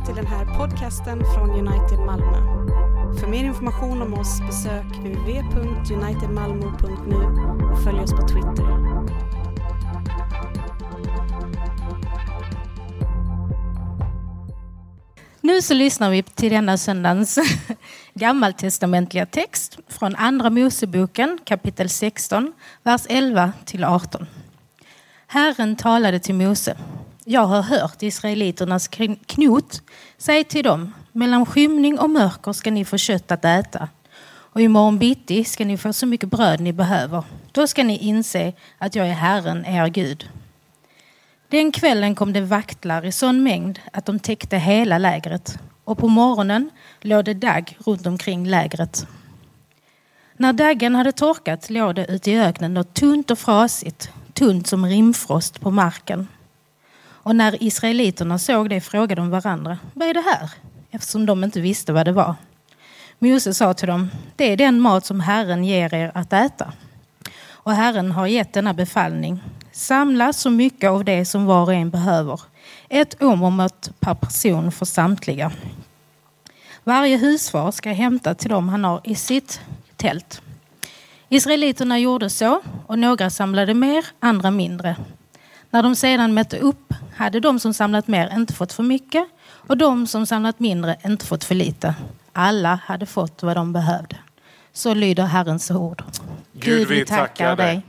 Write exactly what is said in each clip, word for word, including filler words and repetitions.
till den här podcasten från United Malmö. För mer information om oss besök w w w punkt united malmo punkt n u och följ oss på Twitter. Nu så lyssnar vi till denna söndagens gammaltestamentliga text från Andra Moseboken kapitel sexton, vers elva till arton. Herren talade till Mose. Jag har hört israeliternas knot. Säg till dem, mellan skymning och mörker ska ni få kött att äta. Och imorgon bitti ska ni få så mycket bröd ni behöver. Då ska ni inse att jag är Herren, er Gud. Den kvällen kom det vaktlar i sån mängd att de täckte hela lägret. Och på morgonen låg det dagg runt omkring lägret. När daggen hade torkat låg det ute i öknen något tunt och frasigt, tunt som rimfrost på marken. Och när israeliterna såg det frågade de varandra, vad är det här? Eftersom de inte visste vad det var. Mose sa till dem, det är den mat som Herren ger er att äta. Och Herren har gett denna befallning. Samla så mycket av det som var och en behöver. Ett omått per person för samtliga. Varje husfar ska hämta till dem han har i sitt tält. Israeliterna gjorde så och några samlade mer, andra mindre. När de sedan mätte upp hade de som samlat mer inte fått för mycket och de som samlat mindre inte fått för lite. Alla hade fått vad de behövde. Så lyder Herrens ord. Gud, vi tackar dig.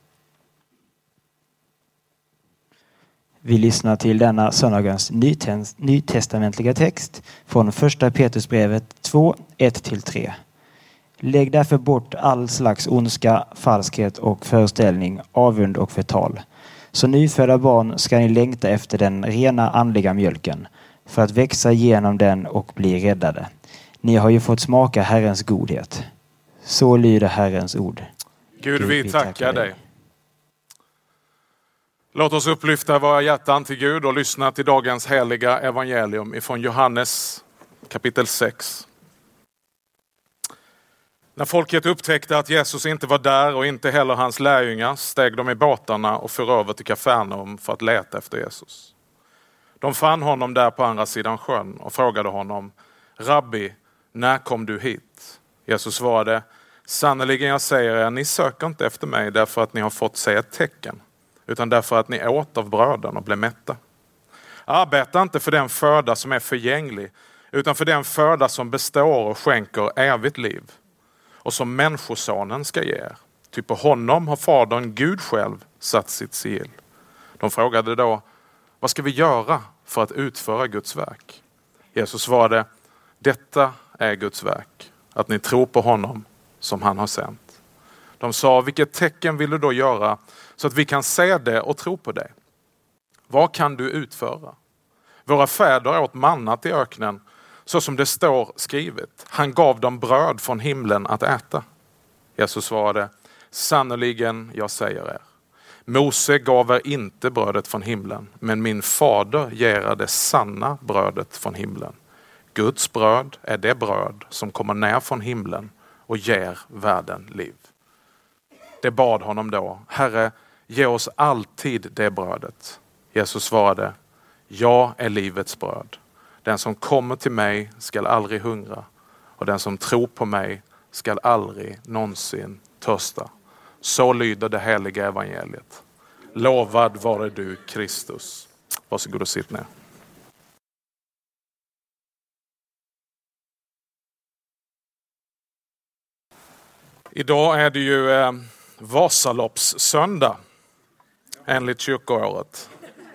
Vi lyssnar till denna söndagens nytestamentliga text från första Petrusbrevet två, ett till tre. Lägg därför bort all slags ondska, falskhet och föreställning, avund och förtal. Så nyfödda barn ska ni längta efter den rena andliga mjölken för att växa genom den och bli räddade. Ni har ju fått smaka Herrens godhet. Så lyder Herrens ord. Gud, Gud vi tackar, tackar dig. dig. Låt oss upplyfta våra hjärtan till Gud och lyssna till dagens heliga evangelium ifrån Johannes kapitel sex. När folket upptäckte att Jesus inte var där och inte heller hans lärjungar steg de i båtarna och för över till Kafarnaum för att leta efter Jesus. De fann honom där på andra sidan sjön och frågade honom, Rabbi, när kom du hit? Jesus svarade, sannoliken jag säger er, ni söker inte efter mig därför att ni har fått se ett tecken, utan därför att ni åt av bröden och blev mätta. Arbeta inte för den föda som är förgänglig, utan för den föda som består och skänker evigt liv. Och som människosonen ska ge er. Ty på honom har fadern Gud själv satt sitt sigill. De frågade då, vad ska vi göra för att utföra Guds verk? Jesus svarade, detta är Guds verk, att ni tror på honom som han har sänt. De sa, vilket tecken vill du då göra så att vi kan se det och tro på det? Vad kan du utföra? Våra fäder åt mannat i öknen, så som det står skrivet. Han gav dem bröd från himlen att äta. Jesus svarade, sannoliken jag säger er. Mose gav er inte brödet från himlen, men min fader ger er det sanna brödet från himlen. Guds bröd är det bröd som kommer ner från himlen och ger världen liv. Det bad honom då, Herre, ge oss alltid det brödet. Jesus svarade, jag är livets bröd. Den som kommer till mig skall aldrig hungra och den som tror på mig skall aldrig någonsin törsta. Så lyder det heliga evangeliet. Lovad vare du, Kristus. Varsågod och sitt ner. Idag är det ju eh, Vasaloppssöndag enligt kyrkoåret.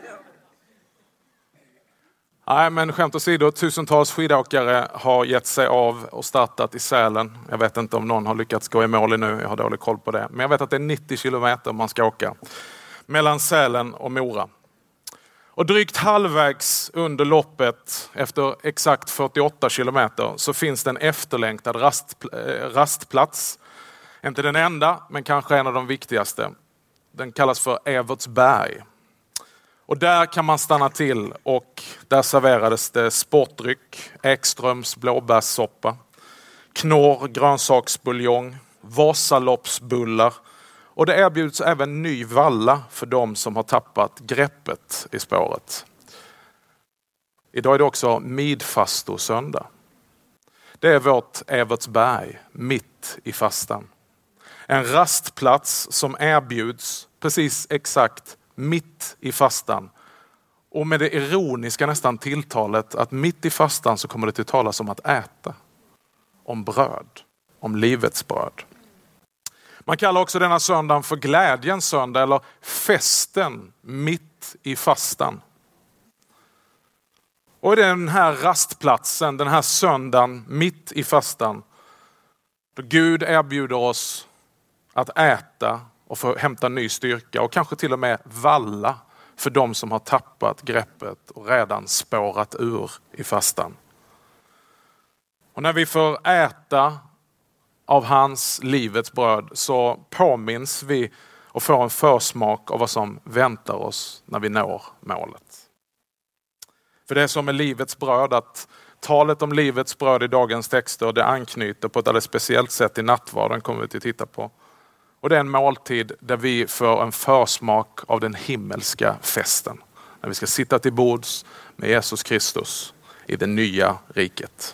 Nej, men skämt åsido, tusentals skidåkare har gett sig av och startat i Sälen. Jag vet inte om någon har lyckats gå i mål nu, jag har dålig koll på det. Men jag vet att det är nittio kilometer man ska åka mellan Sälen och Mora. Och drygt halvvägs under loppet, efter exakt fyrtioåtta kilometer, så finns det en efterlängtad rast, rastplats. Inte den enda, men kanske en av de viktigaste. Den kallas för Evertsberg. Och där kan man stanna till och där serverades det sportdryck, Ekströms blåbärssoppa, knorr, grönsaksbuljong, Vasaloppsbullar och det erbjuds även ny valla för de som har tappat greppet i spåret. Idag är det också midfastosöndag. Det är vårt Evertsberg mitt i fastan. En rastplats som erbjuds precis exakt mitt i fastan. Och med det ironiska nästan tilltalet att mitt i fastan så kommer det till talas om att äta. Om bröd. Om livets bröd. Man kallar också denna söndagen för glädjens söndag eller festen mitt i fastan. Och i den här rastplatsen, den här söndagen mitt i fastan, då Gud erbjuder oss att äta och få hämta ny styrka och kanske till och med valla för de som har tappat greppet och redan spårat ur i fastan. Och när vi får äta av hans livets bröd så påminns vi och får en försmak av vad som väntar oss när vi når målet. För det är som med livets bröd att talet om livets bröd i dagens texter det anknyter på ett alldeles speciellt sätt i nattvarden kommer vi att titta på. Och det är en måltid där vi får en försmak av den himmelska festen. När vi ska sitta till bords med Jesus Kristus i det nya riket.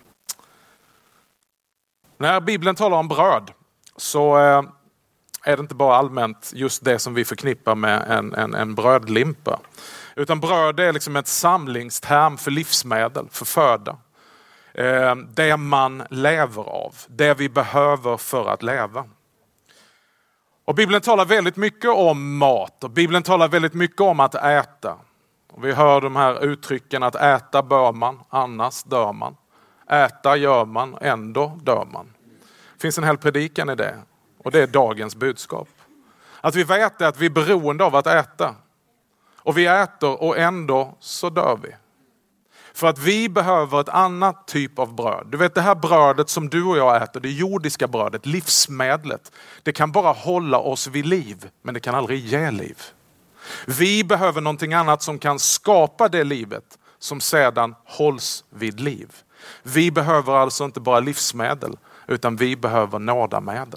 När Bibeln talar om bröd så är det inte bara allmänt just det som vi förknippar med en, en, en brödlimpa. Utan bröd är liksom ett samlingsterm för livsmedel, för föda. Det man lever av, det vi behöver för att leva. Och Bibeln talar väldigt mycket om mat och Bibeln talar väldigt mycket om att äta. Och vi hör de här uttrycken att äta bör man, annars dör man. Äta gör man, ändå dör man. Det finns en hel predikan i det och det är dagens budskap. Att vi vet att vi är beroende av att äta. Och vi äter och ändå så dör vi. För att vi behöver ett annat typ av bröd. Du vet det här brödet som du och jag äter, det jordiska brödet, livsmedlet. Det kan bara hålla oss vid liv, men det kan aldrig ge liv. Vi behöver någonting annat som kan skapa det livet som sedan hålls vid liv. Vi behöver alltså inte bara livsmedel, utan vi behöver nådamedel.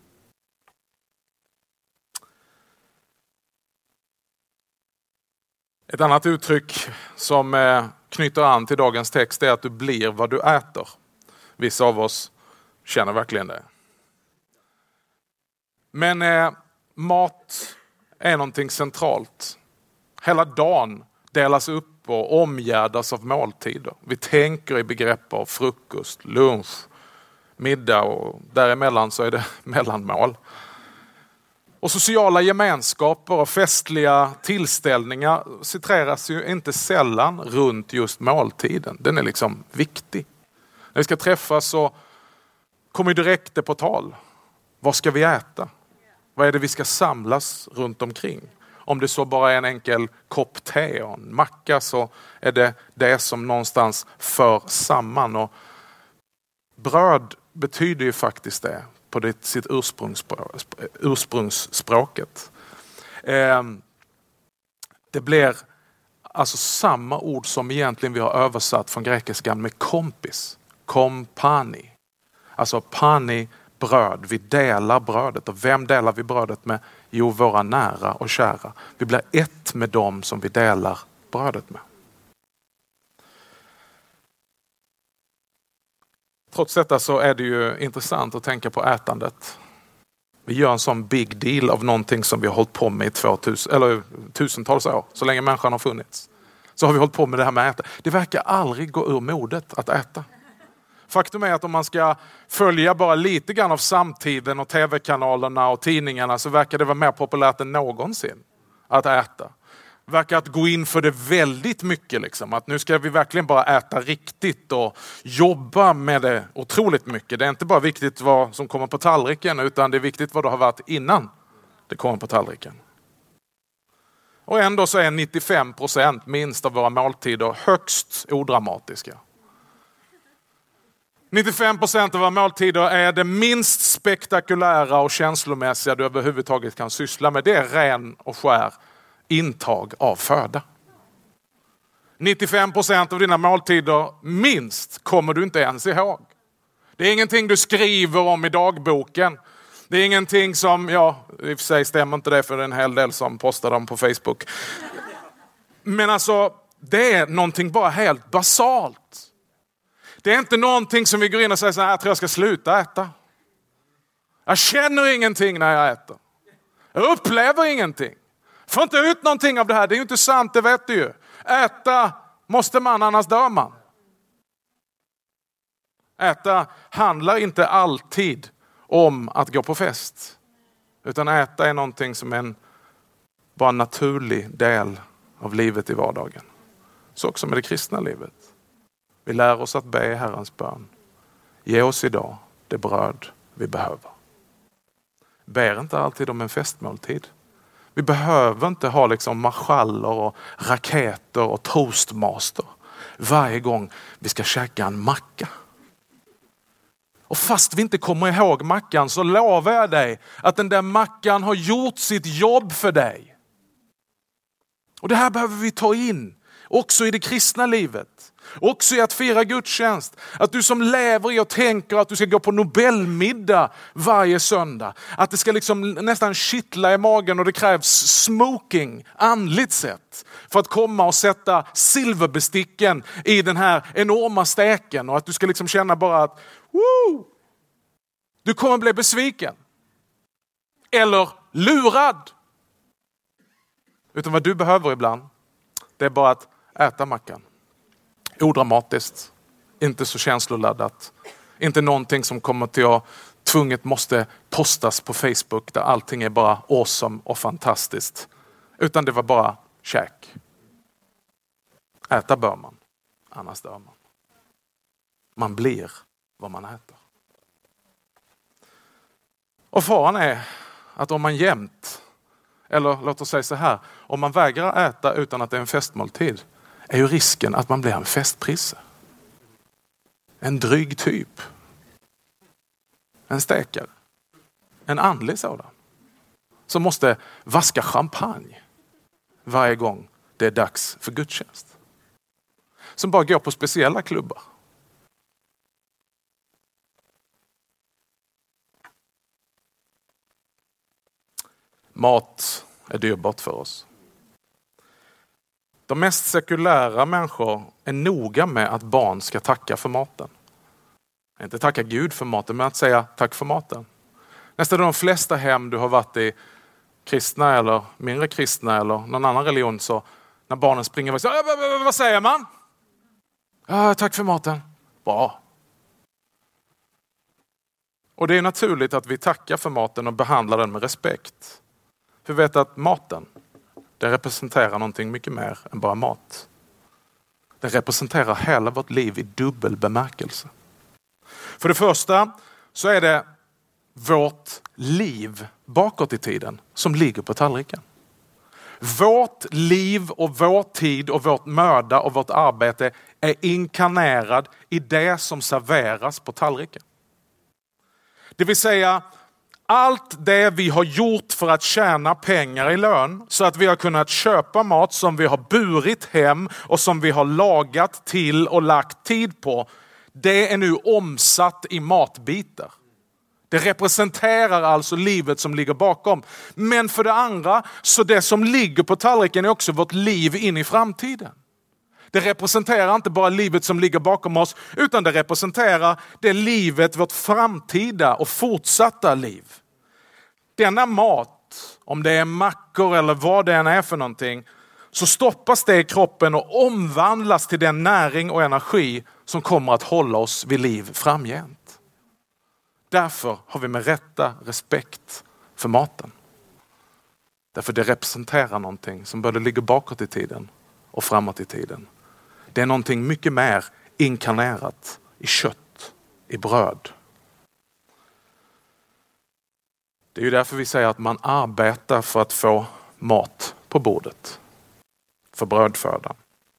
Ett annat uttryck som knyter an till dagens text är att du blir vad du äter. Vissa av oss känner verkligen det. Men eh, mat är någonting centralt. Hela dagen delas upp och omgärdas av måltider. Vi tänker i begrepp av frukost, lunch, middag och däremellan så är det mellanmål. Och sociala gemenskaper och festliga tillställningar citreras ju inte sällan runt just måltiden. Den är liksom viktig. När vi ska träffas så kommer direkt det på tal. Vad ska vi äta? Vad är det vi ska samlas runt omkring? Om det så bara är en enkel kopp te och en macka så är det det som någonstans för samman. Och bröd betyder ju faktiskt det. På det, sitt ursprungsspråk, ursprungsspråket. Eh, det blir alltså samma ord som egentligen vi har översatt från grekiskan med kompis. Kompani. Alltså pani, bröd. Vi delar brödet. Och vem delar vi brödet med? Jo, våra nära och kära. Vi blir ett med dem som vi delar brödet med. Trots detta så är det ju intressant att tänka på ätandet. Vi gör en sån big deal av någonting som vi har hållit på med i tvåtusen, eller tusentals år. Så länge människan har funnits. Så har vi hållit på med det här med att äta. Det verkar aldrig gå ur modet att äta. Faktum är att om man ska följa bara lite grann av samtiden och tv-kanalerna och tidningarna så verkar det vara mer populärt än någonsin att äta. Verkar att gå in för det väldigt mycket. Liksom. Att nu ska vi verkligen bara äta riktigt och jobba med det otroligt mycket. Det är inte bara viktigt vad som kommer på tallriken utan det är viktigt vad det har varit innan det kommer på tallriken. Och ändå så är nittiofem procent minst av våra måltider högst odramatiska. nittiofem procent av våra måltider är det minst spektakulära och känslomässiga du överhuvudtaget kan syssla med. Det är ren och skär intag av föda. nittiofem procent av dina måltider minst kommer du inte ens ihåg. Det är ingenting du skriver om i dagboken. Det är ingenting som, ja, i och för sig stämmer inte det för en hel del som postar dem på Facebook. Men alltså, det är någonting bara helt basalt. Det är inte någonting som vi går in och säger så här, jag tror jag ska sluta äta. Jag känner ingenting när jag äter. Jag upplever ingenting. Får inte ut någonting av det här. Det är ju inte sant, det vet du ju. Äta måste man, annars dör man. Äta handlar inte alltid om att gå på fest. Utan äta är någonting som är en bara en naturlig del av livet i vardagen. Så också med det kristna livet. Vi lär oss att be Herrens bön. Ge oss idag det bröd vi behöver. Ber inte alltid om en festmåltid. Vi behöver inte ha liksom marschaller och raketer och toastmaster varje gång vi ska käka en macka. Och fast vi inte kommer ihåg mackan så lovar jag dig att den där mackan har gjort sitt jobb för dig. Och det här behöver vi ta in också i det kristna livet. Också i att fira gudstjänst. Att du som lever i och tänker att du ska gå på Nobelmiddag varje söndag. Att det ska liksom nästan kittla i magen och det krävs smoking, andligt sett. För att komma och sätta silverbesticken i den här enorma steken. Och att du ska liksom känna bara att woo, du kommer bli besviken. Eller lurad. Utan vad du behöver ibland, det är bara att äta mackan. Odramatiskt, inte så känsloladdat. Inte någonting som kommer till att tvunget måste postas på Facebook där allting är bara awesome och fantastiskt. Utan det var bara käk. Äta bör man, annars dör man. Man blir vad man äter. Och faran är att om man jämt, eller låt oss säga så här, om man vägrar äta utan att det är en festmåltid, är ju risken att man blir en festprisse. En dryg typ. En stekare. En andlig sådan. Som måste vaska champagne varje gång det är dags för gudstjänst. Som bara går på speciella klubbar. Mat är dyrbart för oss. De mest sekulära människor är noga med att barn ska tacka för maten. Inte tacka Gud för maten, men att säga tack för maten. Nästan de flesta hem du har varit i, kristna eller mindre kristna eller någon annan religion, så när barnen springer och säger, vad säger man? Ja, tack för maten. Bra. Och det är naturligt att vi tackar för maten och behandlar den med respekt. För vi vet att maten, det representerar någonting mycket mer än bara mat. Det representerar hela vårt liv i dubbel bemärkelse. För det första så är det vårt liv bakåt i tiden som ligger på tallriken. Vårt liv och vår tid och vårt möda och vårt arbete är inkarnerad i det som serveras på tallriken. Det vill säga, allt det vi har gjort för att tjäna pengar i lön så att vi har kunnat köpa mat som vi har burit hem och som vi har lagat till och lagt tid på, det är nu omsatt i matbitar. Det representerar alltså livet som ligger bakom. Men för det andra, så det som ligger på tallriken är också vårt liv in i framtiden. Det representerar inte bara livet som ligger bakom oss, utan det representerar det livet, vårt framtida och fortsatta liv. Denna mat, om det är mackor eller vad det än är för någonting, så stoppas det i kroppen och omvandlas till den näring och energi som kommer att hålla oss vid liv framgent. Därför har vi med rätta respekt för maten. Därför det representerar någonting som både ligger bakåt i tiden och framåt i tiden. Det är någonting mycket mer inkarnerat i kött, i bröd. Det är ju därför vi säger att man arbetar för att få mat på bordet. För brödfödan.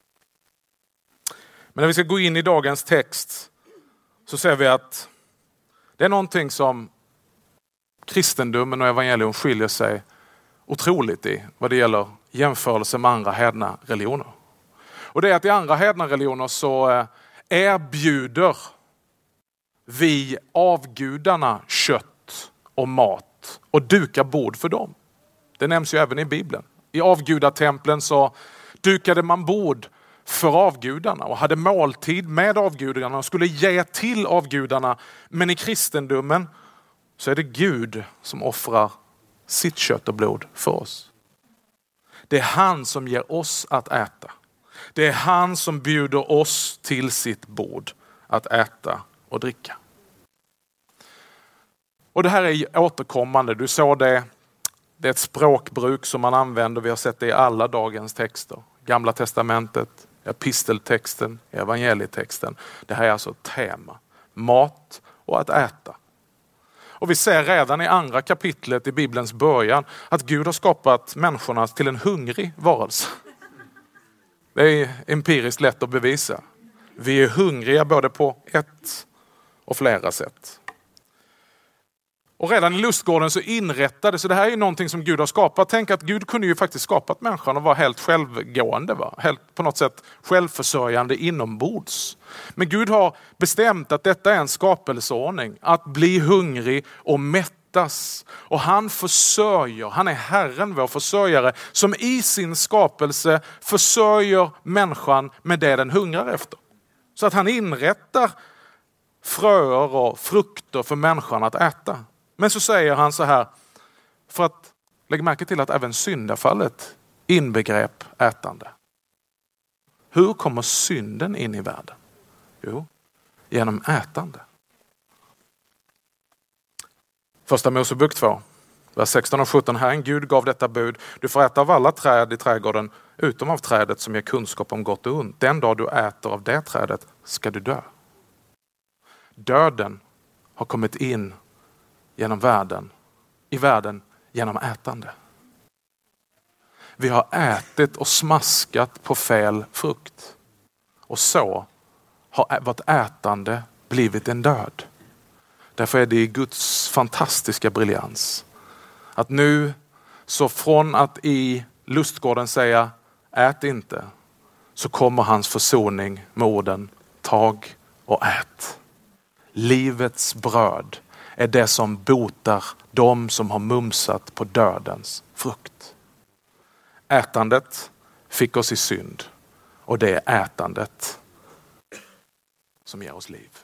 Men när vi ska gå in i dagens text så ser vi att det är någonting som kristendomen och evangelium skiljer sig otroligt i vad det gäller jämförelse med andra hedna religioner. Och det är att i andra hedna religioner så erbjuder vi avgudarna kött och mat och dukar bord för dem. Det nämns ju även i Bibeln. I avgudatemplen så dukade man bord för avgudarna och hade måltid med avgudarna och skulle ge till avgudarna. Men i kristendomen så är det Gud som offrar sitt kött och blod för oss. Det är han som ger oss att äta. Det är han som bjuder oss till sitt bord att äta och dricka. Och det här är återkommande. Du såg det. Det är ett språkbruk som man använder. Vi har sett det i alla dagens texter. Gamla testamentet, episteltexten, evangelietexten. Det här är alltså ett tema. Mat och att äta. Och vi ser redan i andra kapitlet i Bibelns början att Gud har skapat människorna till en hungrig varelse. Det är empiriskt lätt att bevisa. Vi är hungriga både på ett och flera sätt. Och redan i lustgården så inrättades, så det här är någonting som Gud har skapat. Tänk att Gud kunde ju faktiskt skapat människan och vara helt självgående, va? Helt på något sätt självförsörjande inombords. Men Gud har bestämt att detta är en skapelseordning, att bli hungrig och mättas. Och han försörjer, han är Herren vår försörjare, som i sin skapelse försörjer människan med det den hungrar efter. Så att han inrättar fröer och frukter för människan att äta. Men så säger han så här, för att lägga märke till att även syndafallet inbegrep ätande. Hur kommer synden in i världen? Jo, genom ätande. Första Mosebok två, vers sexton och sjutton. Herren Gud gav detta bud. Du får äta av alla träd i trädgården utom av trädet som ger kunskap om gott och ont. Den dag du äter av det trädet ska du dö. Döden har kommit in genom världen, i världen genom ätande. Vi har ätit och smaskat på fel frukt. Och så har vårt ätande blivit en död. Därför är det i Guds fantastiska briljans att nu, så från att i lustgården säga ät inte, så kommer hans försoning med orden tag och ät. Livets bröd är det som botar de som har mumsat på dödens frukt. Ätandet fick oss i synd och det är ätandet som ger oss liv.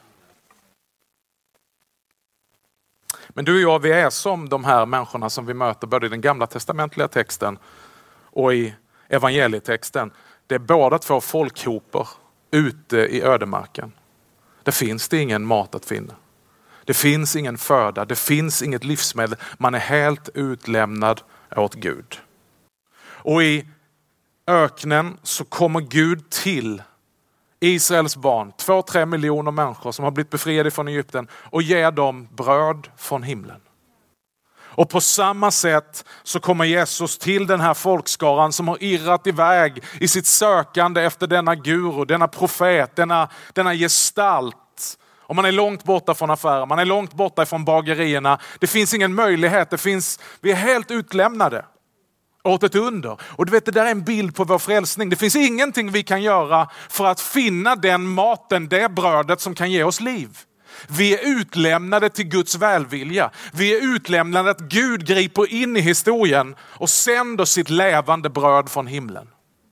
Men du och jag, vi är som de här människorna som vi möter både i den gamla testamentliga texten och i evangelietexten. Det är båda två folkhopor ute i ödemarken. Det finns det ingen mat att finna. Det finns ingen föda, det finns inget livsmedel. Man är helt utlämnad åt Gud. Och i öknen så kommer Gud till Israels barn, två, tre miljoner människor som har blivit befriade från Egypten, och ger dem bröd från himlen. Och på samma sätt så kommer Jesus till den här folkskaran som har irrat iväg i sitt sökande efter denna guru, denna profet, denna, denna gestalt. Och man är långt borta från affärer, man är långt borta från bagerierna. Det finns ingen möjlighet, det finns, vi är helt utlämnade åt ett under. Och du vet, det där är en bild på vår frälsning. Det finns ingenting vi kan göra för att finna den maten, det brödet som kan ge oss liv. Vi är utlämnade till Guds välvilja. Vi är utlämnade att Gud griper in i historien och sänder sitt levande bröd från himlen.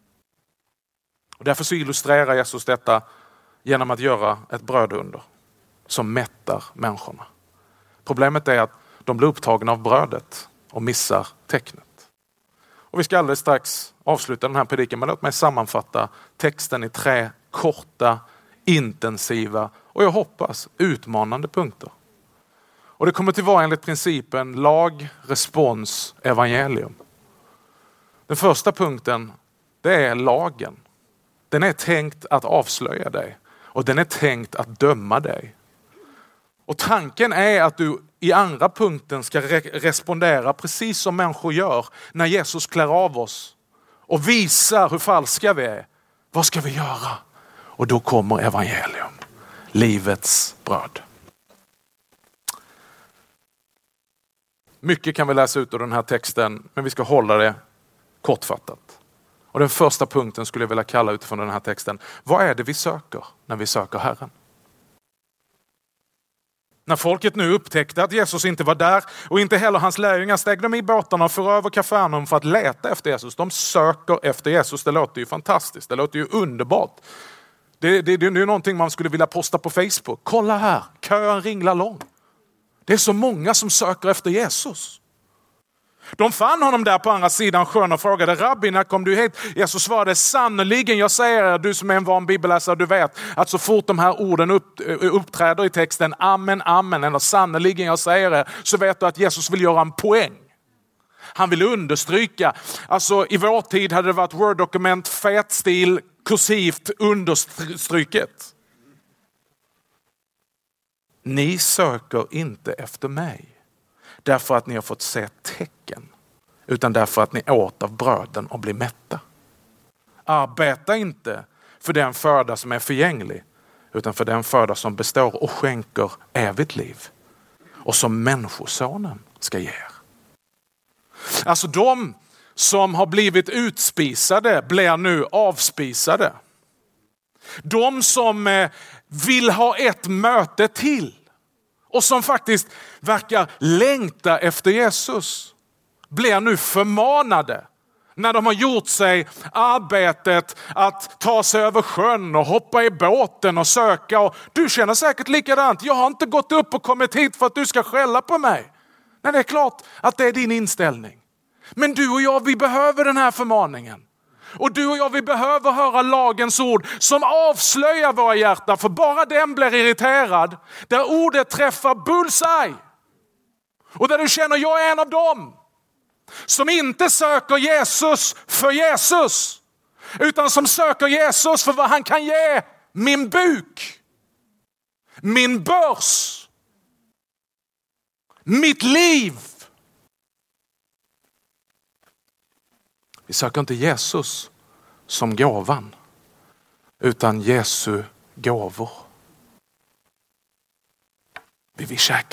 Och därför så illustrerar Jesus detta genom att göra ett brödunder som mättar människorna. Problemet är att de blir upptagna av brödet och missar tecknet. Och vi ska alldeles strax avsluta den här predikan, men låt mig sammanfatta texten i tre korta, intensiva och jag hoppas utmanande punkter. Och det kommer till vara enligt principen lag, respons, evangelium. Den första punkten, det är lagen. Den är tänkt att avslöja dig och den är tänkt att döma dig. Och tanken är att du i andra punkten ska re- respondera precis som människor gör när Jesus klär av oss och visar hur falska vi är. Vad ska vi göra? Och då kommer evangelium, livets bröd. Mycket kan vi läsa ut ur den här texten, men vi ska hålla det kortfattat. Och den första punkten skulle jag vilja kalla utifrån den här texten: vad är det vi söker när vi söker Herren? När folket nu upptäckte att Jesus inte var där och inte heller hans lärjungar, steg de i båtarna och för över Kafarnaum för att leta efter Jesus. De söker efter Jesus. Det låter ju fantastiskt. Det låter ju underbart. Det, det, det är ju någonting man skulle vilja posta på Facebook. Kolla här, kön ringlar lång. Det är så många som söker efter Jesus. De fann honom där på andra sidan sjön och frågade: Rabbi, när kom du hit? Jesus svarade: sannoliken, jag säger er, du som är en van bibelläsare, du vet att så fort de här orden upp, uppträder i texten, amen, amen, eller sannoliken, jag säger er, så vet du att Jesus vill göra en poäng. Han vill understryka. Alltså i vår tid hade det varit Word-dokument, fet stil, kursivt understryket. Ni söker inte efter mig därför att ni har fått se tecken, utan därför att ni åt av bröden och blir mätta. Arbeta inte för den föda som är förgänglig, utan för den föda som består och skänker evigt liv, och som människosonen ska ge er. Alltså de som har blivit utspisade blir nu avspisade. De som vill ha ett möte till och som faktiskt verkar längta efter Jesus blir nu förmanade när de har gjort sig arbetet att ta sig över sjön och hoppa i båten och söka. Och du känner säkert likadant. Jag har inte gått upp och kommit hit för att du ska skälla på mig. Nej, det är klart att det är din inställning. Men du och jag, vi behöver den här förmaningen. Och du och jag, vi behöver höra lagens ord som avslöjar våra hjärtan. För bara den blir irriterad. Där ordet träffar bullseye. Och där du känner, jag är en av dem som inte söker Jesus för Jesus. Utan som söker Jesus för vad han kan ge. Min buk. Min börs. Mitt liv. Vi söker inte Jesus som gåvan, utan Jesu gåvor. Vi vill käka.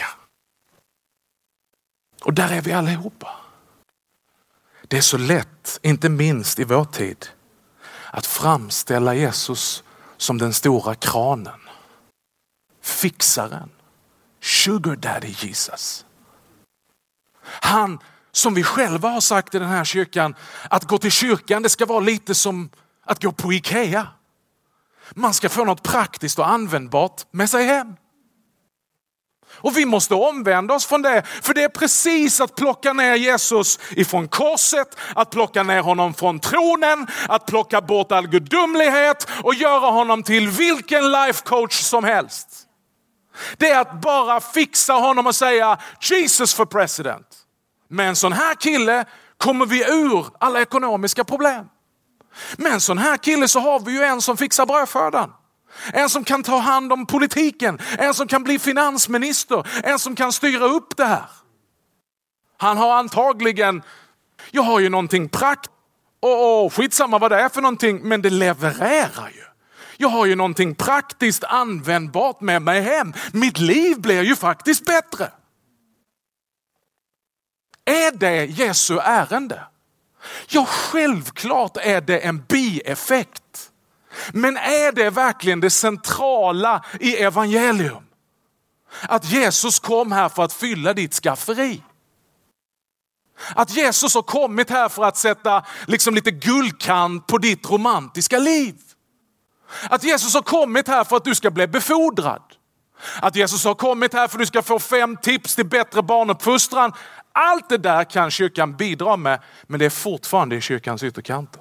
Och där är vi allihopa. Det är så lätt, inte minst i vår tid, att framställa Jesus som den stora kranen. Fixaren. Sugar daddy Jesus. Han som vi själva har sagt i den här kyrkan, att gå till kyrkan, det ska vara lite som att gå på Ikea. Man ska få något praktiskt och användbart med sig hem. Och vi måste omvända oss från det. För det är precis att plocka ner Jesus ifrån korset. Att plocka ner honom från tronen. Att plocka bort all gudomlighet. Och göra honom till vilken life coach som helst. Det är att bara fixa honom och säga Jesus for president. Med en sån här kille kommer vi ur alla ekonomiska problem. Med en sån här kille så har vi ju en som fixar brödfödan. En som kan ta hand om politiken. En som kan bli finansminister. En som kan styra upp det här. Han har antagligen, jag har ju någonting prakt. Och, och skitsamma vad det är för någonting, men det levererar ju. Jag har ju någonting praktiskt användbart med mig hem. Mitt liv blir ju faktiskt bättre. Är det Jesu ärende? Ja, självklart är det en bieffekt. Men är det verkligen det centrala i evangelium? Att Jesus kom här för att fylla ditt skafferi. Att Jesus har kommit här för att sätta liksom lite guldkant på ditt romantiska liv. Att Jesus har kommit här för att du ska bli befordrad. Att Jesus har kommit här för att du ska få fem tips till bättre barnuppfostran. Allt det där kan kyrkan bidra med, men det är fortfarande i kyrkans ytterkanter.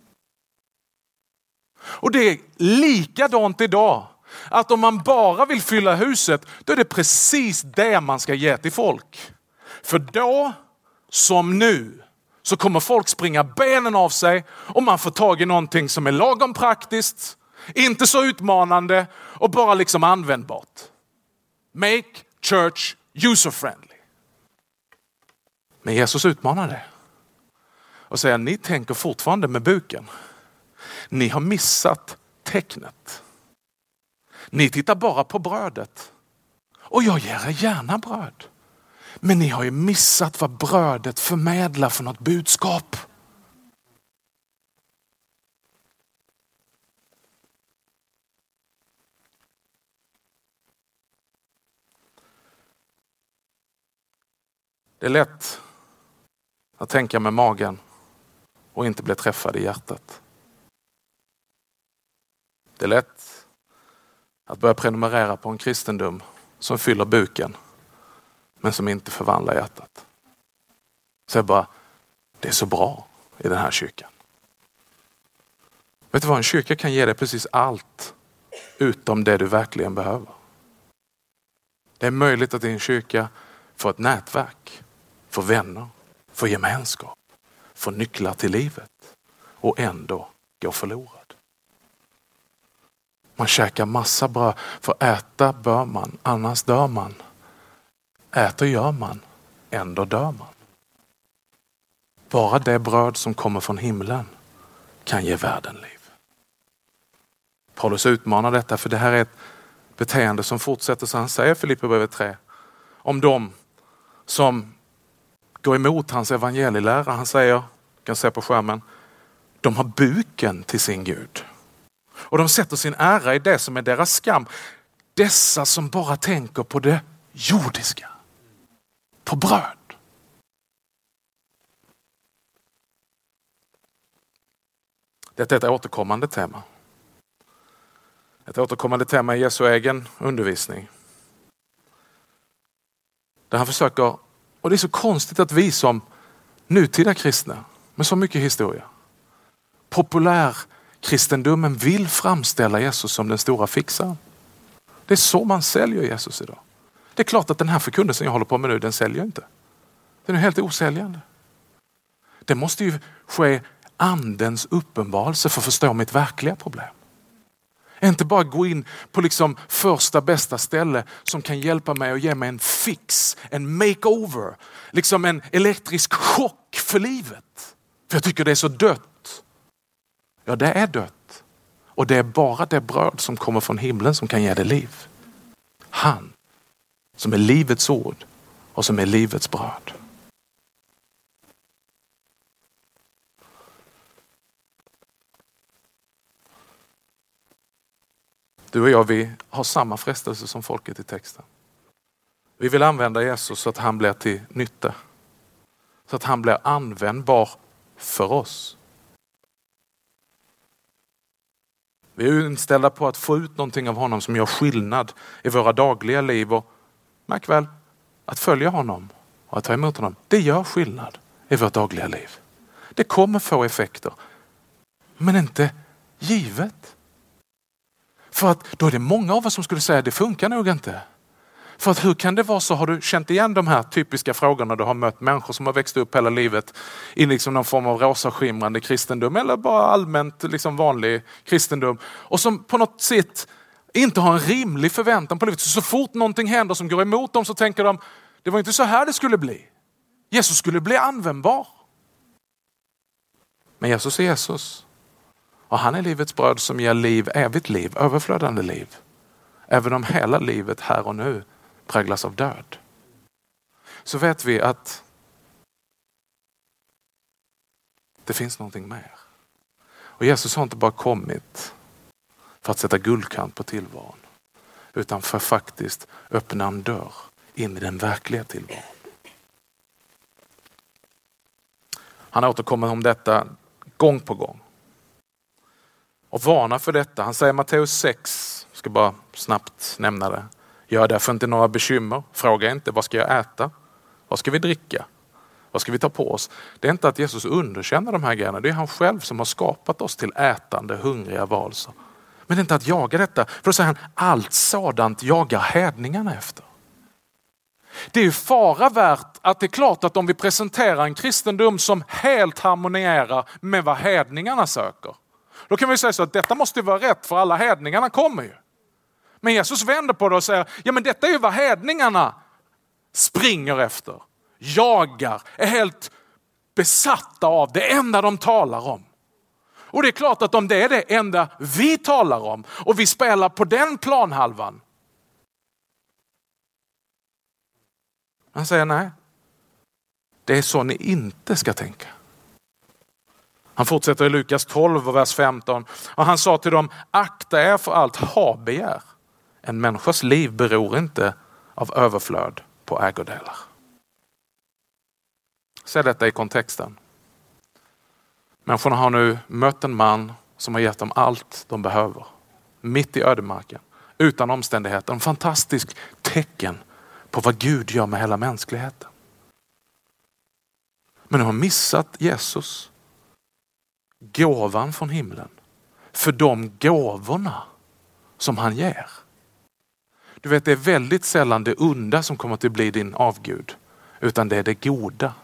Och det är likadant idag. Att om man bara vill fylla huset, då är det precis det man ska ge till folk. För då, som nu, så kommer folk springa benen av sig och man får tag i någonting som är lagom praktiskt, inte så utmanande och bara liksom användbart. Make church user-friendly. Men Jesus utmanar det. Och säger, ni tänker fortfarande med buken. Ni har missat tecknet. Ni tittar bara på brödet. Och jag ger er gärna bröd. Men ni har ju missat vad brödet förmedlar för något budskap. Det är lätt att tänka med magen och inte bli träffad i hjärtat. Det är lätt att börja prenumerera på en kristendom som fyller buken men som inte förvandlar hjärtat. Så jag bara, det är så bra i den här kyrkan. Vet du vad, en kyrka kan ge dig precis allt utom det du verkligen behöver. Det är möjligt att i en kyrka få ett nätverk, få vänner, få gemenskap, få nycklar till livet och ändå gå förlorad. Man käkar massa bröd, för äta bör man, annars dör man. Äter gör man, ändå dör man. Bara det bröd som kommer från himlen kan ge världen liv. Paulus utmanar detta, för det här är ett beteende som fortsätter, så han säger i Filipperbrevet tre om de som går emot hans evangelielära. Han säger, du kan se på skärmen, de har buken till sin Gud. Och de sätter sin ära i det som är deras skam. Dessa som bara tänker på det jordiska. På bröd. Detta är ett återkommande tema. Ett återkommande tema i Jesu egen undervisning. Där han försöker, och det är så konstigt att vi som nutida kristna med så mycket historia, populär kristendomen vill framställa Jesus som den stora fixaren. Det är så man säljer Jesus idag. Det är klart att den här förkunnelsen jag håller på med nu, den säljer inte. Den är helt osäljande. Det måste ju ske andens uppenbarelse för att förstå mitt verkliga problem. Inte bara gå in på liksom första bästa ställe som kan hjälpa mig och ge mig en fix, en makeover, liksom en elektrisk chock för livet. För jag tycker det är så dött. Ja, det är dött. Och det är bara det bröd som kommer från himlen som kan ge det liv. Han som är livets ord och som är livets bröd. Du och jag, vi har samma frestelse som folket i texten. Vi vill använda Jesus så att han blir till nytta. Så att han blir användbar för oss. Vi är inställda på att få ut någonting av honom som gör skillnad i våra dagliga liv. Och märk väl, att följa honom och att ta emot honom, det gör skillnad i vårt dagliga liv. Det kommer få effekter, men inte givet. För att då är det många av oss som skulle säga att det funkar nog inte. För att hur kan det vara så? Har du känt igen de här typiska frågorna? Du har mött människor som har växt upp hela livet i liksom någon form av rosa skimrande kristendom eller bara allmänt liksom vanlig kristendom. Och som på något sätt inte har en rimlig förväntan på livet. Så, så fort någonting händer som går emot dem så tänker de, det var inte så här det skulle bli. Jesus skulle bli användbar. Men Jesus är Jesus. Och han är livets bröd som ger liv, evigt liv, överflödande liv. Även om hela livet här och nu präglas av död. Så vet vi att det finns någonting mer. Och Jesus har inte bara kommit för att sätta guldkant på tillvaron. Utan för att faktiskt öppna en dörr in i den verkliga tillvaron. Han återkommer om detta gång på gång. Och varnar för detta. Han säger i Matteus sex, jag ska bara snabbt nämna det. Gör därför inte några bekymmer. Fråga inte, vad ska jag äta? Vad ska vi dricka? Vad ska vi ta på oss? Det är inte att Jesus underkänner de här grejerna. Det är han själv som har skapat oss till ätande, hungriga varelser. Men det är inte att jaga detta. För då säger han, allt sådant jagar hedningarna efter. Det är ju fara värt att det är klart att om vi presenterar en kristendom som helt harmonierar med vad hedningarna söker. Då kan vi säga så att detta måste vara rätt för alla hedningarna kommer ju. Men Jesus vänder på det och säger, ja men detta är ju vad hedningarna springer efter. Jagar, är helt besatta av det enda de talar om. Och det är klart att om det är det enda vi talar om och vi spelar på den planhalvan. Han säger nej. Det är så ni inte ska tänka. Han fortsätter i Lukas tolv och vers femton. Och han sa till dem, akta er för allt habegär. En människas liv beror inte av överflöd på ägodelar. Se detta i kontexten. Människorna har nu mött en man som har gett dem allt de behöver. Mitt i ödemarken. Utan omständigheter. En fantastisk tecken på vad Gud gör med hela mänskligheten. Men de har missat Jesus. Gåvan från himlen. För de gåvorna som han ger. Du vet, det är väldigt sällan det onda som kommer att bli din avgud. Utan det är det goda.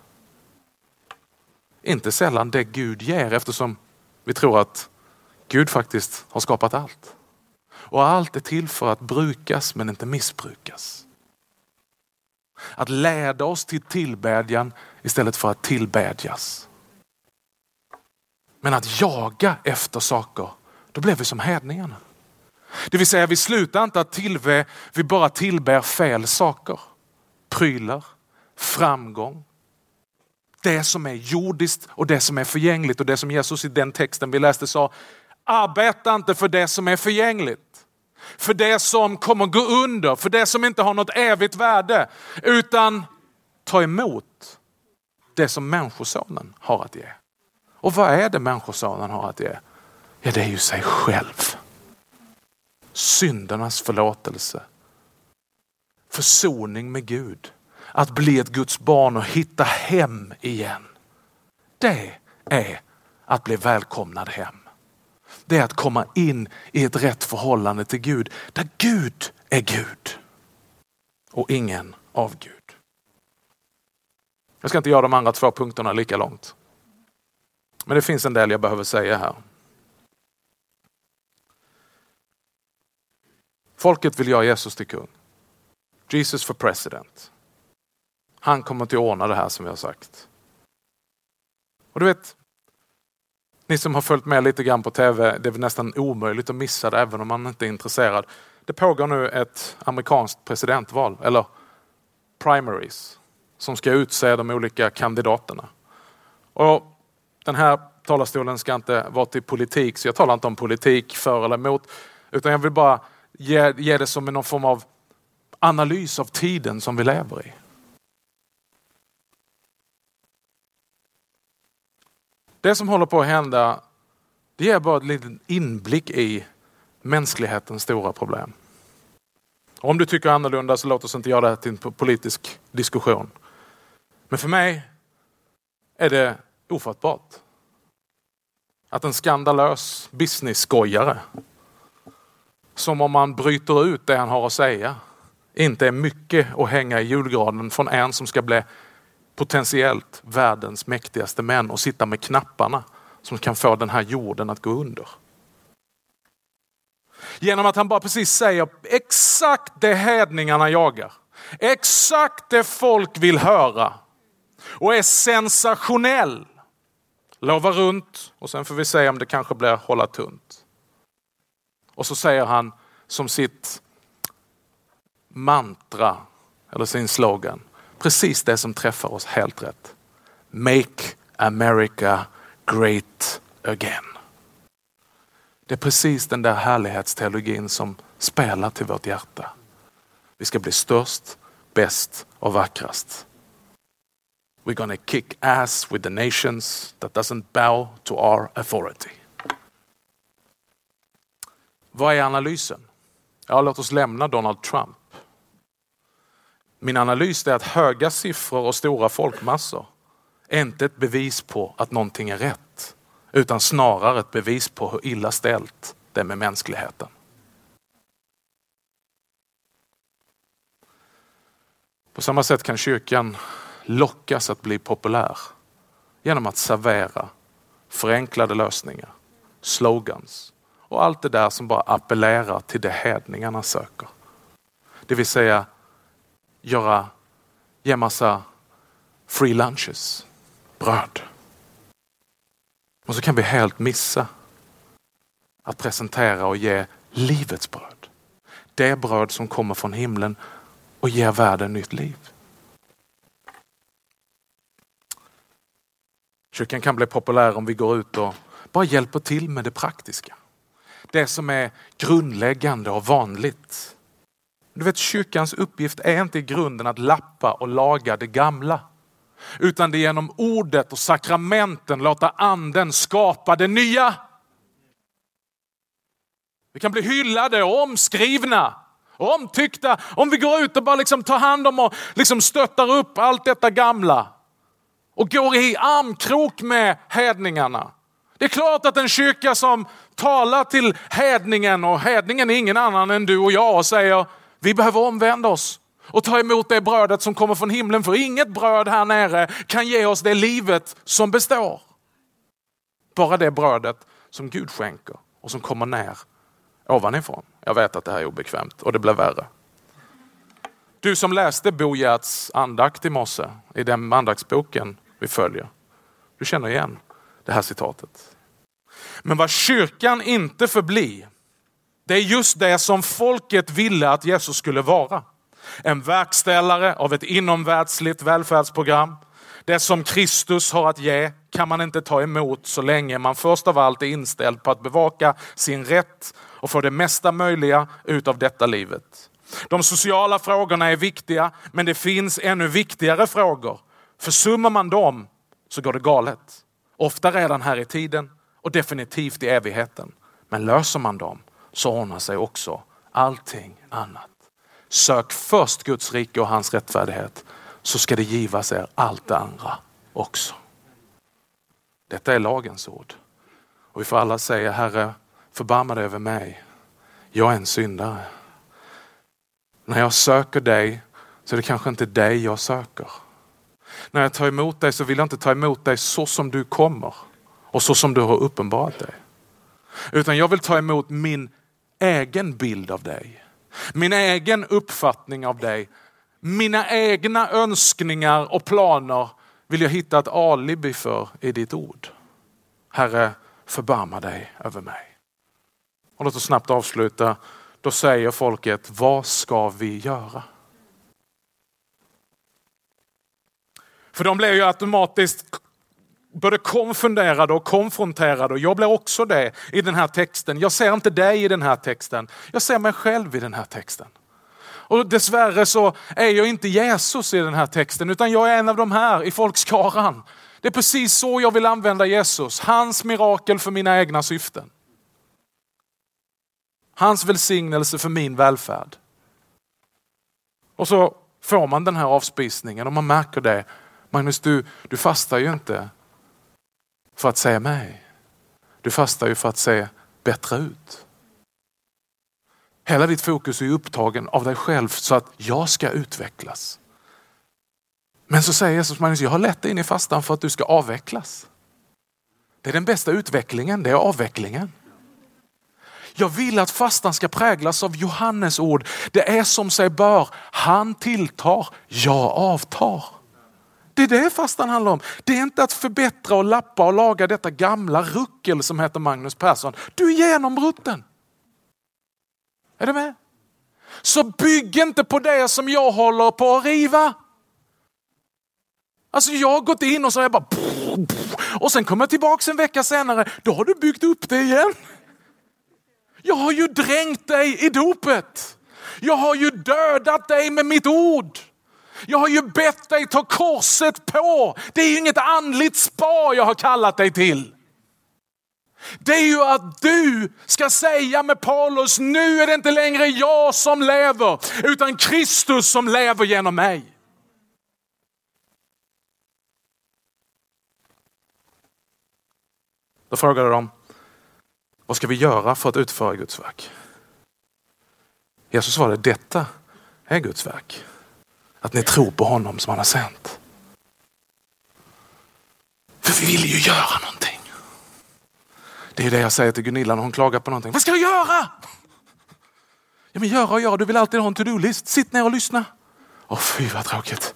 Inte sällan det Gud ger, eftersom vi tror att Gud faktiskt har skapat allt. Och allt är till för att brukas men inte missbrukas. Att leda oss till tillbedjan istället för att tillbedjas. Men att jaga efter saker, då blev vi som hedningarna. Det vill säga vi slutar inte att tillbe, vi bara tillber fel saker. Prylar, framgång. Det som är jordiskt och det som är förgängligt. Och det som Jesus i den texten vi läste sa, arbeta inte för det som är förgängligt. För det som kommer gå under, för det som inte har något evigt värde. Utan ta emot det som människosonen har att ge. Och vad är det människosonen har att ge? Ja, det är ju sig själv. Syndernas förlåtelse. Försoning med Gud. Att bli ett Guds barn och hitta hem igen. Det är att bli välkomnad hem. Det är att komma in i ett rätt förhållande till Gud. Där Gud är Gud. Och ingen avgud. Jag ska inte göra de andra två punkterna lika långt. Men det finns en del jag behöver säga här. Folket vill göra Jesus till kung. Jesus for president. Han kommer till att ordna det här som vi har sagt. Och du vet, ni som har följt med lite grann på tv, det är nästan omöjligt att missa det även om man inte är intresserad. Det pågår nu ett amerikanskt presidentval, eller primaries, som ska utse de olika kandidaterna. Och den här talarstolen ska inte vara till politik, så jag talar inte om politik för eller emot, utan jag vill bara ge, ge det som någon form av analys av tiden som vi lever i. Det som håller på att hända, det ger bara en liten inblick i mänsklighetens stora problem. Och om du tycker annorlunda så låt oss inte göra det till en politisk diskussion. Men för mig är det ofattbart att en skandalös business-skojare, som om man bryter ut det han har att säga, inte är mycket att hänga i julgranen från en som ska bli potentiellt världens mäktigaste män och sitta med knapparna som kan få den här jorden att gå under. Genom att han bara precis säger exakt det hedningarna jagar. Exakt det folk vill höra. Och är sensationell. Lovar runt och sen får vi se om det kanske blir hålla tunt. Och så säger han som sitt mantra eller sin slogan precis det som träffar oss helt rätt. Make America great again. Det är precis den där härlighetsteologin som spelar till vårt hjärta. Vi ska bli störst, bäst och vackrast. We're gonna kick ass with the nations that doesn't bow to our authority. Vad är analysen? Ja, låt oss lämna Donald Trump. Min analys är att höga siffror och stora folkmassor är inte ett bevis på att någonting är rätt, utan snarare ett bevis på hur illa ställt det är med mänskligheten. På samma sätt kan kyrkan lockas att bli populär genom att servera förenklade lösningar, slogans och allt det där som bara appellerar till det hedningarna söker. Det vill säga göra, ge massa free lunches, bröd. Och så kan vi helt missa att presentera och ge livets bröd. Det bröd som kommer från himlen och ger världen nytt liv. Kyrkan kan bli populär om vi går ut och bara hjälper till med det praktiska. Det som är grundläggande och vanligt. Du vet, kyrkans uppgift är inte i grunden att lappa och laga det gamla. Utan det är genom ordet och sakramenten låta anden skapa det nya. Vi kan bli hyllade och omskrivna och omtyckta om vi går ut och bara liksom tar hand om och liksom stöttar upp allt detta gamla. Och går i armkrok med hedningarna. Det är klart att en kyrka som talar till hedningen, och hedningen är ingen annan än du och jag, och säger vi behöver omvända oss och ta emot det brödet som kommer från himlen, för inget bröd här nere kan ge oss det livet som består. Bara det brödet som Gud skänker och som kommer ner ovanifrån. Jag vet att det här är obekvämt och det blir värre. Du som läste Bo Gerts andakt i morse, i den andaktsboken vi följer, du känner igen det här citatet. Men vad kyrkan inte förbli, det är just det som folket ville att Jesus skulle vara. En verkställare av ett inomvärldsligt välfärdsprogram. Det som Kristus har att ge kan man inte ta emot så länge man först av allt är inställd på att bevaka sin rätt och få det mesta möjliga ut av detta livet. De sociala frågorna är viktiga, men det finns ännu viktigare frågor. Försummar man dem så går det galet. Ofta redan här i tiden och definitivt i evigheten. Men löser man dem så ordnar sig också allting annat. Sök först Guds rike och hans rättfärdighet, så ska det givas er allt det andra också. Detta är lagens ord. Och vi får alla säga: Herre, förbarma dig över mig. Jag är en syndare. När jag söker dig så är det kanske inte dig jag söker. När jag tar emot dig så vill jag inte ta emot dig så som du kommer och så som du har uppenbarat dig. Utan jag vill ta emot min egen bild av dig. Min egen uppfattning av dig. Mina egna önskningar och planer vill jag hitta ett alibi för i ditt ord. Herre, förbarma dig över mig. Och låt oss snabbt avsluta. Då säger folket: vad ska vi göra? För de blev ju automatiskt både konfunderade och konfronterade, och jag blir också det i den här texten. Jag ser inte dig i den här texten. Jag ser mig själv i den här texten. Och dessvärre så är jag inte Jesus i den här texten, utan jag är en av de här i folkskaran. Det är precis så jag vill använda Jesus. Hans mirakel för mina egna syften. Hans välsignelse för min välfärd. Och så får man den här avspisningen och man märker det. Magnus, du, du fastar ju inte för att se mig. Du fastar ju för att se bättre ut. Hela ditt fokus är upptagen av dig själv så att jag ska utvecklas. Men så säger Jesus: Magnus, jag har lett dig in i fastan för att du ska avvecklas. Det är den bästa utvecklingen, det är avvecklingen. Jag vill att fastan ska präglas av Johannes ord. Det är som sig bör. Han tilltar, jag avtar. Det är det fastan handlar om. Det är inte att förbättra och lappa och laga detta gamla ruckel som heter Magnus Persson. Du är genombrutten. Är du med? Så bygg inte på det som jag håller på att riva. Alltså jag har gått in och så har jag bara... Och sen kommer jag tillbaka en vecka senare. Då har du byggt upp det igen. Jag har ju dränkt dig i dopet. Jag har ju dödat dig med mitt ord. Jag har ju bett dig ta korset på. Det är ju inget andligt spa jag har kallat dig till. Det är ju att du ska säga med Paulus: nu är det inte längre jag som lever, utan Kristus som lever genom mig. Då frågade de: vad ska vi göra för att utföra Guds verk? Jesus svarade: detta är Guds verk. Att ni tror på honom som han har sänt. För vi vill ju göra någonting. Det är det jag säger till Gunilla när hon klagar på någonting. Vad ska jag göra? Ja, men göra och göra. Du vill alltid ha en to-do-list. Sitt ner och lyssna. Åh, fy vad tråkigt.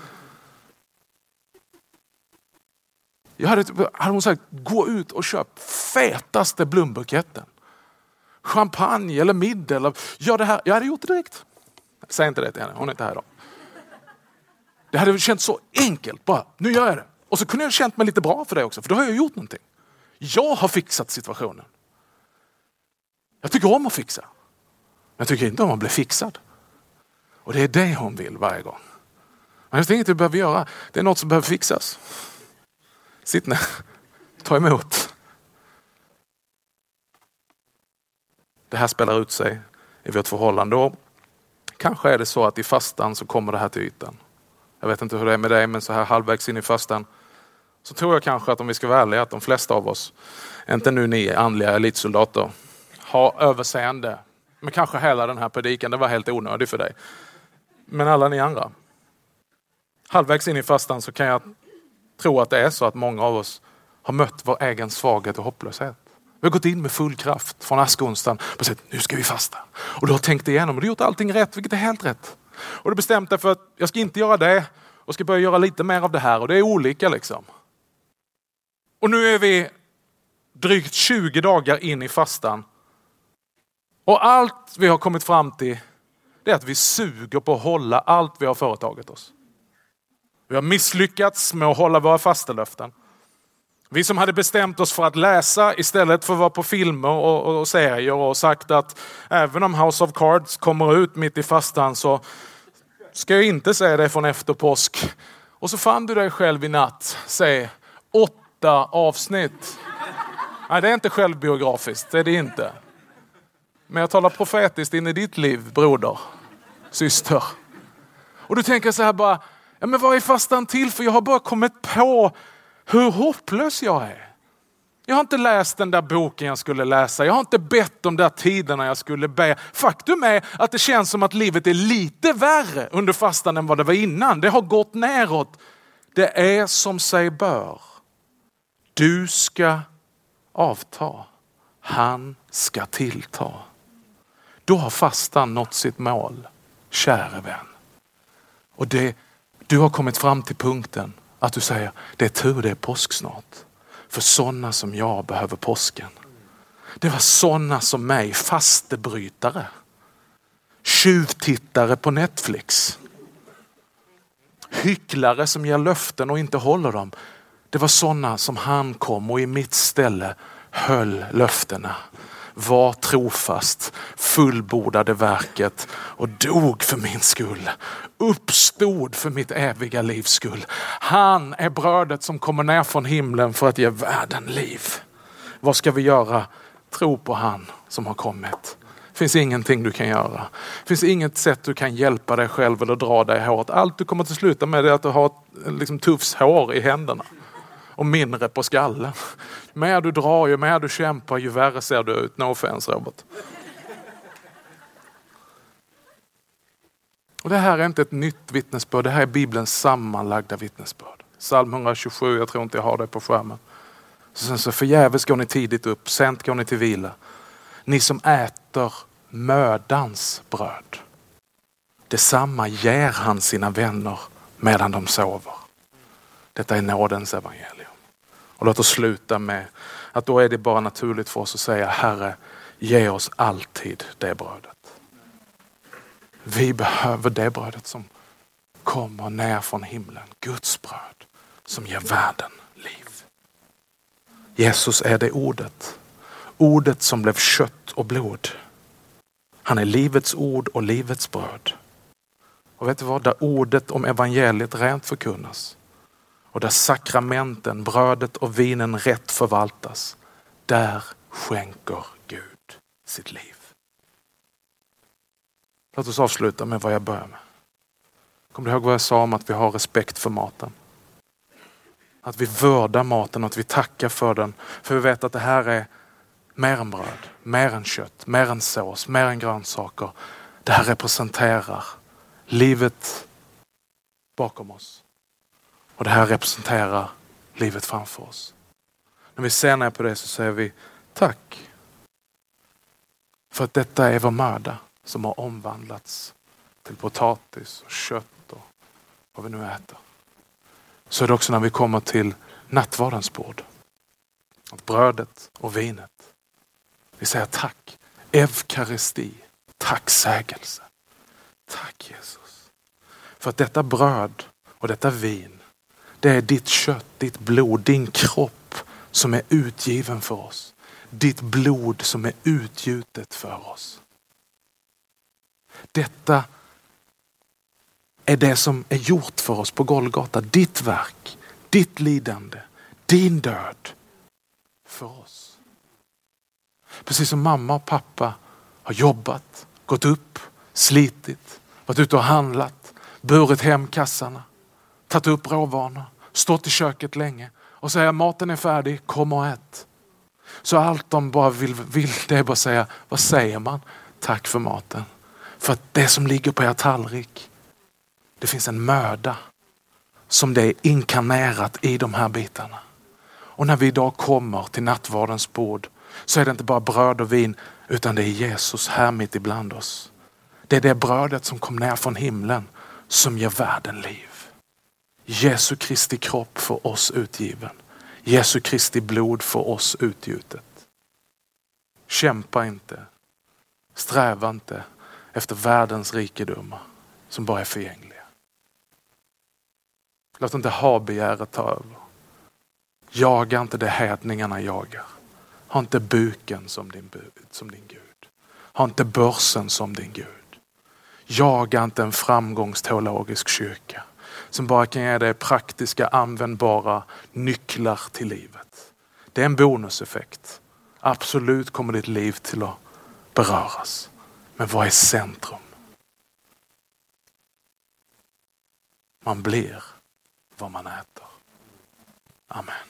Jag hade, hade hon sagt: gå ut och köp fetaste blombuketten. Champagne eller middag. Eller, gör det här. Jag hade gjort det direkt. Säg inte det till henne. Hon är inte här idag. Det hade känts så enkelt. Bara, nu gör jag det. Och så kunde jag känt mig lite bra för det också. För då har jag gjort någonting. Jag har fixat situationen. Jag tycker om att fixa. Men jag tycker inte om att bli fixad. Och det är det hon vill varje gång. Men det är inget du behöver göra. Det är något som behöver fixas. Sitt ner. Ta emot. Det här spelar ut sig i vårt förhållande. Och kanske är det så att i fastan så kommer det här till ytan. Jag vet inte hur det är med dig, men så här halvvägs in i fastan så tror jag kanske att om vi ska vara ärliga att de flesta av oss, inte nu ni andliga elitsoldater, har överseende. Men kanske hela den här predikan, det var helt onödig för dig. Men alla ni andra. Halvvägs in i fastan så kan jag tro att det är så att många av oss har mött vår egen svaghet och hopplöshet. Vi har gått in med full kraft från askonstan och sagt, nu ska vi fasta. Och du har tänkt igenom och du har gjort allting rätt, vilket är helt rätt. Och du bestämt dig för att jag ska inte göra det och ska börja göra lite mer av det här. Och det är olika liksom. Och nu är vi drygt tjugo dagar in i fastan. Och allt vi har kommit fram till, det är att vi suger på att hålla allt vi har företagit oss. Vi har misslyckats med att hålla våra fastelöften. Vi som hade bestämt oss för att läsa istället för att vara på filmer och, och, och serier och sagt att även om House of Cards kommer ut mitt i fastan så ska jag inte säga det från efter påsk. Och så fann du dig själv i natt, säg åtta avsnitt. Nej, det är inte självbiografiskt, det är det inte. Men jag talar profetiskt in i ditt liv, broder, syster. Och du tänker så här bara, ja men vad är fastan till? För jag har bara kommit på hur hopplös jag är. Jag har inte läst den där boken jag skulle läsa. Jag har inte bett de där tiderna jag skulle be. Faktum är att det känns som att livet är lite värre under fastan än vad det var innan. Det har gått neråt. Det är som sig bör. Du ska avta. Han ska tillta. Då har fastan nått sitt mål, käre vän. Och det, du har kommit fram till punkten att du säger, det är tur det är påsk snart. För sådana som jag behöver påsken. Det var sådana som mig, fastebrytare. Tjuvtittare på Netflix. Hycklare som ger löften och inte håller dem. Det var sådana som han kom och i mitt ställe höll löftena. Var trofast, fullbordade verket och dog för min skull. Uppstod för mitt eviga livs skull. Han är brödet som kommer ner från himlen för att ge världen liv. Vad ska vi göra? Tro på han som har kommit. Det finns ingenting du kan göra. Det finns inget sätt du kan hjälpa dig själv eller dra dig i håret. Allt du kommer att sluta med är att du har ett liksom, tufshår i händerna. Och mindre på skallen. Ju mer du drar, ju mer du kämpar, ju värre ser du ut. No offense, Robert. Och det här är inte ett nytt vittnesbörd. Det här är Bibelns sammanlagda vittnesbörd. Psalm etthundratjugosju, jag tror inte jag har det på skärmen. Så sen så förgäves går ni tidigt upp, sent går ni till vila. Ni som äter mödans bröd. Detsamma ger han sina vänner medan de sover. Detta är nådens evangelium. Och låt oss sluta med att då är det bara naturligt för oss att säga, Herre, ge oss alltid det brödet. Vi behöver det brödet som kommer ner från himlen. Guds bröd som ger världen liv. Jesus är det ordet. Ordet som blev kött och blod. Han är livets ord och livets bröd. Och vet du vad? Där ordet om evangeliet rent förkunnas. Och där sakramenten, brödet och vinen rätt förvaltas. Där skänker Gud sitt liv. Låt oss avsluta med vad jag börjar med. Kommer du ihåg vad jag sa om att vi har respekt för maten? Att vi vördar maten och att vi tackar för den. För vi vet att det här är mer än bröd, mer än kött, mer än sås, mer än grönsaker. Det här representerar livet bakom oss. Och det här representerar livet framför oss. När vi ser ner på det så säger vi tack. För att detta är vår möda som har omvandlats till potatis och kött och vad vi nu äter. Så är det också när vi kommer till nattvardens bord. Att brödet och vinet. Vi säger tack. Evkaristi. Tacksägelse. Tack Jesus. För att detta bröd och detta vin, det är ditt kött, ditt blod, din kropp som är utgiven för oss. Ditt blod som är utgjutet för oss. Detta är det som är gjort för oss på Golgata. Ditt verk, ditt lidande, din död för oss. Precis som mamma och pappa har jobbat, gått upp, slitit, varit ute och handlat, burit hem kassarna, tagit upp råvaror, stått i köket länge och säger maten är färdig, kom och ät. Så allt de bara vill, vill det är bara säga, vad säger man? Tack för maten. För att det som ligger på er tallrik, det finns en möda som det är inkarnerat i de här bitarna. Och när vi idag kommer till nattvardens bord så är det inte bara bröd och vin utan det är Jesus här mitt ibland oss. Det är det brödet som kom ner från himlen som ger världen liv. Jesu Kristi kropp för oss utgiven. Jesu Kristi blod för oss utgjutet. Kämpa inte. Sträva inte efter världens rikedomar som bara är förgängliga. Låt inte ha begäret ta över. Jaga inte det hedningarna jagar. Ha inte buken som din, som din Gud. Ha inte börsen som din Gud. Jaga inte en framgångsteologisk kyrka som bara kan ge dig praktiska, användbara nycklar till livet. Det är en bonuseffekt. Absolut kommer ditt liv till att beröras. Men vad är centrum? Man blir vad man äter. Amen.